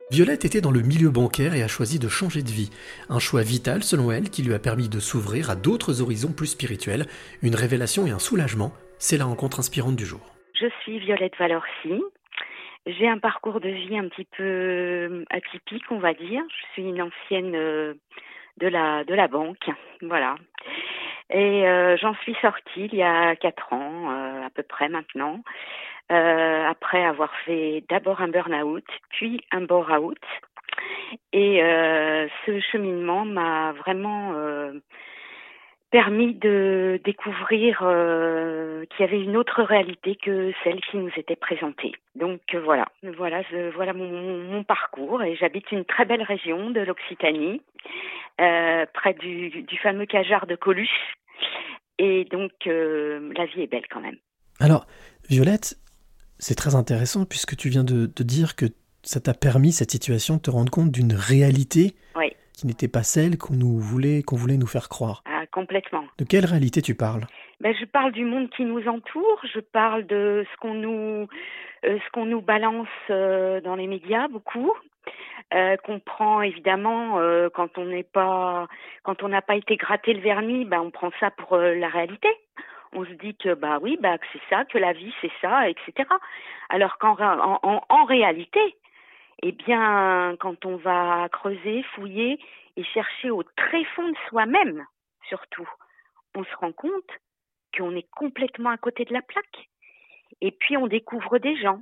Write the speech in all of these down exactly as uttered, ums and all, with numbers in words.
Violette était dans le milieu bancaire et a choisi de changer de vie. Un choix vital selon elle qui lui a permis de s'ouvrir à d'autres horizons plus spirituels, une révélation et un soulagement. C'est la rencontre inspirante du jour. Je suis Violette Valorci. J'ai un parcours de vie un petit peu atypique, on va dire. Je suis une ancienne euh, de la de la banque, voilà. Et euh, j'en suis sortie il y a quatre ans, euh, à peu près maintenant, euh, après avoir fait d'abord un burn-out, puis un bore-out. Et euh, ce cheminement m'a vraiment euh, permis de découvrir euh, qu'il y avait une autre réalité que celle qui nous était présentée. Donc euh, voilà, voilà, je, voilà mon, mon, mon parcours. Et j'habite une très belle région de l'Occitanie, euh, près du, du fameux Cajar de Coluche. Et donc euh, la vie est belle quand même. Alors, Violette, c'est très intéressant puisque tu viens de, de dire que ça t'a permis, cette situation, de te rendre compte d'une réalité Oui. qui n'était pas celle qu'on nous voulait, qu'on voulait nous faire croire. Ah, complètement. De quelle réalité tu parles ? Ben, je parle du monde qui nous entoure, je parle de ce qu'on nous, euh, ce qu'on nous balance euh, dans les médias beaucoup, euh, qu'on prend évidemment euh, quand on n'est pas, quand on n'a pas été gratté le vernis, ben on prend ça pour euh, la réalité. On se dit que bah oui, bah que c'est ça, que la vie c'est ça, et cetera. Alors qu'en en, en, en réalité, eh bien, quand on va creuser, fouiller et chercher au très fond de soi-même, surtout, on se rend compte qu'on est complètement à côté de la plaque. Et puis, on découvre des gens,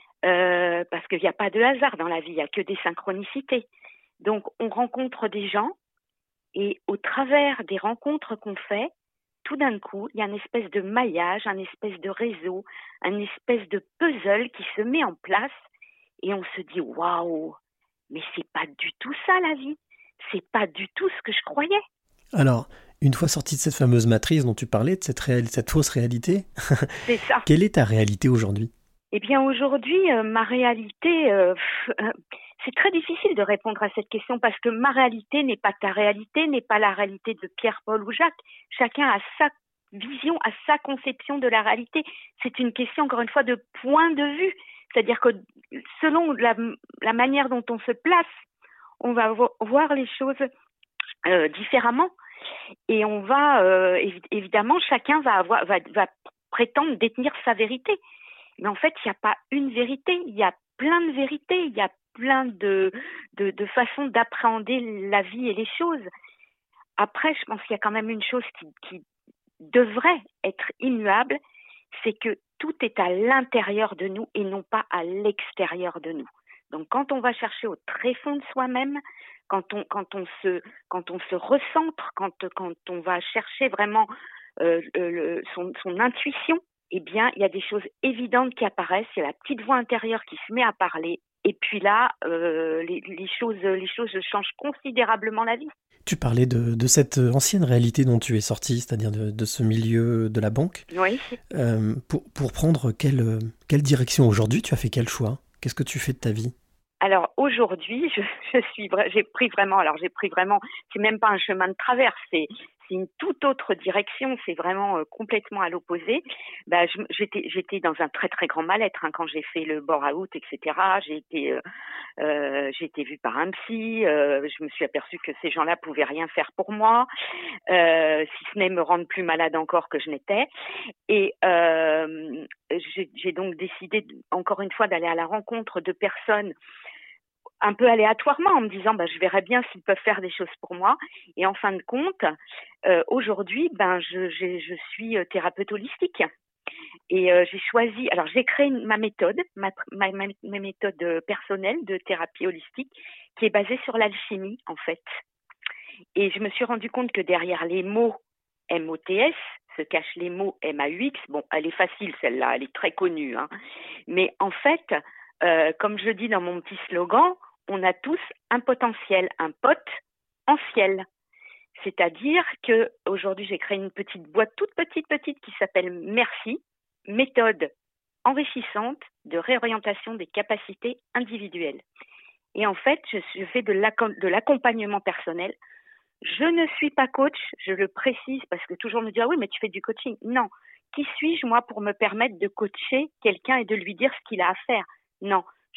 euh, parce qu'il n'y a pas de hasard dans la vie, il n'y a que des synchronicités. Donc, on rencontre des gens, et au travers des rencontres qu'on fait, tout d'un coup, il y a une espèce de maillage, un espèce de réseau, un espèce de puzzle qui se met en place, et on se dit « Waouh, mais c'est pas du tout ça la vie, c'est pas du tout ce que je croyais ». Alors, une fois sortie de cette fameuse matrice dont tu parlais, de cette, réelle, cette fausse réalité, c'est ça. Quelle est ta réalité aujourd'hui ? Eh bien, aujourd'hui, euh, ma réalité, euh, pff, euh, c'est très difficile de répondre à cette question parce que ma réalité n'est pas ta réalité, n'est pas la réalité de Pierre, Paul ou Jacques. Chacun a sa vision, a sa conception de la réalité. C'est une question, encore une fois, de point de vue. C'est-à-dire que selon la, la manière dont on se place, on va vo- voir les choses euh, différemment. Et on va, euh, évi- évidemment, chacun va, avoir, va, va prétendre détenir sa vérité. Mais en fait, il n'y a pas une vérité, il y a plein de vérités, il y a plein de, de, de façons d'appréhender la vie et les choses. Après, je pense qu'il y a quand même une chose qui, qui devrait être immuable, c'est que tout est à l'intérieur de nous et non pas à l'extérieur de nous. Donc quand on va chercher au très fond de soi-même, quand on, quand on, se, quand on se recentre, quand, quand on va chercher vraiment euh, le, son, son intuition, eh bien, il y a des choses évidentes qui apparaissent, il y a la petite voix intérieure qui se met à parler, et puis là, euh, les, les, choses, les choses changent considérablement la vie. Tu parlais de, de cette ancienne réalité dont tu es sortie, c'est-à-dire de, de ce milieu de la banque. Oui. Euh, pour, pour prendre quelle, quelle direction aujourd'hui, tu as fait quel choix ? Qu'est-ce que tu fais de ta vie ? Alors aujourd'hui, je, je suis, j'ai pris vraiment, alors j'ai pris vraiment, c'est même pas un chemin de traverse, c'est, c'est une toute autre direction, c'est vraiment euh, complètement à l'opposé. Bah, je, j'étais, j'étais dans un très très grand mal-être hein, quand j'ai fait le bore-out, et cetera. J'ai été, euh, euh, j'ai été vue par un psy, euh, je me suis aperçue que ces gens-là pouvaient rien faire pour moi, euh, si ce n'est me rendre plus malade encore que je n'étais. Et euh, j'ai, j'ai donc décidé, encore une fois, d'aller à la rencontre de personnes un peu aléatoirement en me disant bah, je verrai bien s'ils peuvent faire des choses pour moi. Et en fin de compte, euh, aujourd'hui, ben, je, je, je suis thérapeute holistique. Et euh, j'ai choisi, alors j'ai créé ma méthode, ma, ma, ma, ma méthode personnelle de thérapie holistique qui est basée sur l'alchimie en fait. Et je me suis rendu compte que derrière les mots M O T S se cachent les mots M A U X. Bon, elle est facile celle-là, elle est très connue. Hein. Mais en fait, euh, comme je dis dans mon petit slogan, on a tous un potentiel, un pote en ciel. C'est-à-dire que aujourd'hui j'ai créé une petite boîte toute petite petite qui s'appelle Merci, méthode enrichissante de réorientation des capacités individuelles. Et en fait, je, je fais de, de l'accompagnement personnel. Je ne suis pas coach, je le précise parce que toujours me dire ah oui mais tu fais du coaching. Non, qui suis-je moi pour me permettre de coacher quelqu'un et de lui dire ce qu'il a à faire? Non. Je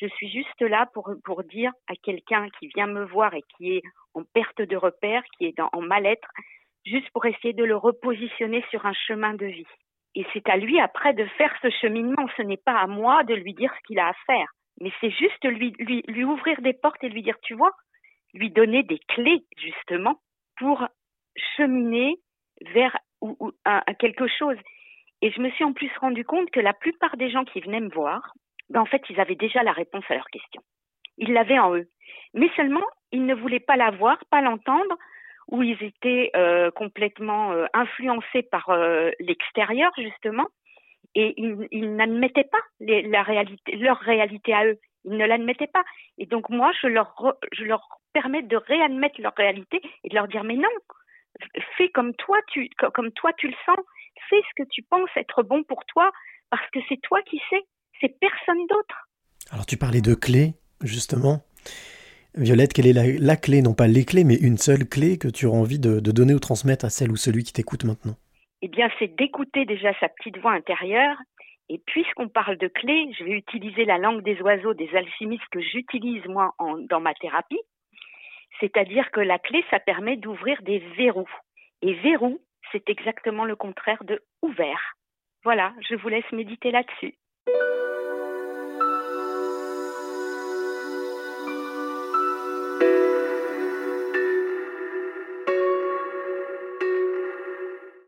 Je suis juste là pour, pour dire à quelqu'un qui vient me voir et qui est en perte de repère, qui est dans, en mal-être, juste pour essayer de le repositionner sur un chemin de vie. Et c'est à lui après de faire ce cheminement. Ce n'est pas à moi de lui dire ce qu'il a à faire. Mais c'est juste lui, lui, lui ouvrir des portes et lui dire, tu vois, lui donner des clés, justement, pour cheminer vers ou, ou, un, quelque chose. Et je me suis en plus rendu compte que la plupart des gens qui venaient me voir, ben en fait, ils avaient déjà la réponse à leurs questions. Ils l'avaient en eux. Mais seulement, ils ne voulaient pas la voir, pas l'entendre, ou ils étaient euh, complètement euh, influencés par euh, l'extérieur, justement, et ils, ils n'admettaient pas les, la réalité, leur réalité à eux. Ils ne l'admettaient pas. Et donc, moi, je leur, je leur permets de réadmettre leur réalité et de leur dire, mais non, fais comme toi, tu, comme toi tu le sens, fais ce que tu penses être bon pour toi, parce que c'est toi qui sais, c'est personne d'autre. Alors, tu parlais de clés, justement. Violette, quelle est la, la clé, non pas les clés, mais une seule clé que tu auras envie de, de donner ou transmettre à celle ou celui qui t'écoute maintenant? Eh bien, c'est d'écouter déjà sa petite voix intérieure. Et puisqu'on parle de clés, je vais utiliser la langue des oiseaux des alchimistes que j'utilise moi en, dans ma thérapie. C'est-à-dire que la clé, ça permet d'ouvrir des verrous. Et verrou, c'est exactement le contraire de ouvert. Voilà, je vous laisse méditer là-dessus.